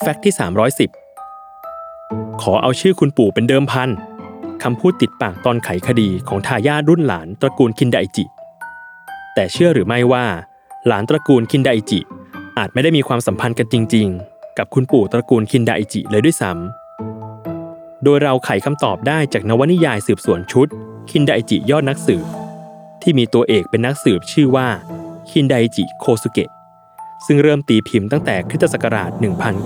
แฟกต์ที่310ขอเอาชื่อคุณปู่เป็นเดิมพันคำพูดติดปากตอนไขคดีของทายาทรุ่นหลานตระกูลคินไดจิแต่เชื่อหรือไม่ว่าหลานตระกูลคินไดจิอาจไม่ได้มีความสัมพันธ์กันจริงๆกับคุณปู่ตระกูลคินไดจิเลยด้วยซ้ำโดยเราไขคำตอบได้จากนวนิยายสืบสวนชุดคินไดจิยอดนักสืบที่มีตัวเอกเป็นนักสืบชื่อว่าคินไดจิโคซุเกะซึ่งเริ่มตีพิมพ์ตั้งแต่คริสตศักราช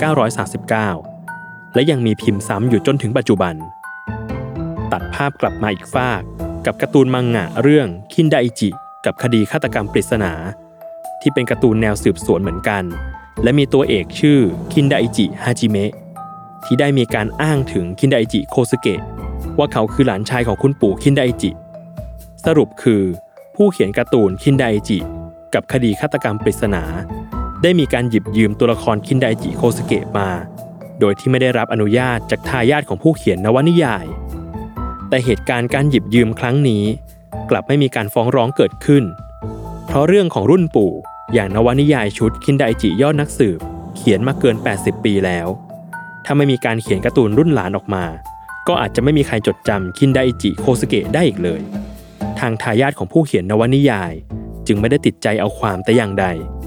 1939 และยังมีพิมพ์ซ้ำอยู่จนถึงปัจจุบันตัดภาพกลับมาอีกฟากกับการ์ตูนมังงะเรื่องคินไดจิกับคดีฆาตกรรมปริศนาที่เป็นการ์ตูนแนวสืบสวนเหมือนกันและมีตัวเอกชื่อคินไดจิฮาจิเมะที่ได้มีการอ้างถึงคินไดจิโคซุเกะว่าเขาคือหลานชายของคุณปู่คินไดจิสรุปคือผู้เขียนการ์ตูนคินไดจิกับคดีฆาตกรรมปริศนาได้มีการหยิบยืมตัวละครคินไดจิโคซุเกะมาโดยที่ไม่ได้รับอนุญาตจากทายาทของผู้เขียนนวนิยายแต่เหตุการณ์การหยิบยืมครั้งนี้กลับไม่มีการฟ้องร้องเกิดขึ้นเพราะเรื่องของรุ่นปู่อย่างนวนิยายชุดคินไดจิยอดนักสืบเขียนมาเกิน80ปีแล้วถ้าไม่มีการเขียนการ์ตูนรุ่นหลานออกมาก็อาจจะไม่มีใครจดจำคินไดจิโคซุเกะได้อีกเลยทางทายาทของผู้เขียนนวนิยายจึงไม่ได้ติดใจเอาความแต่อย่างใด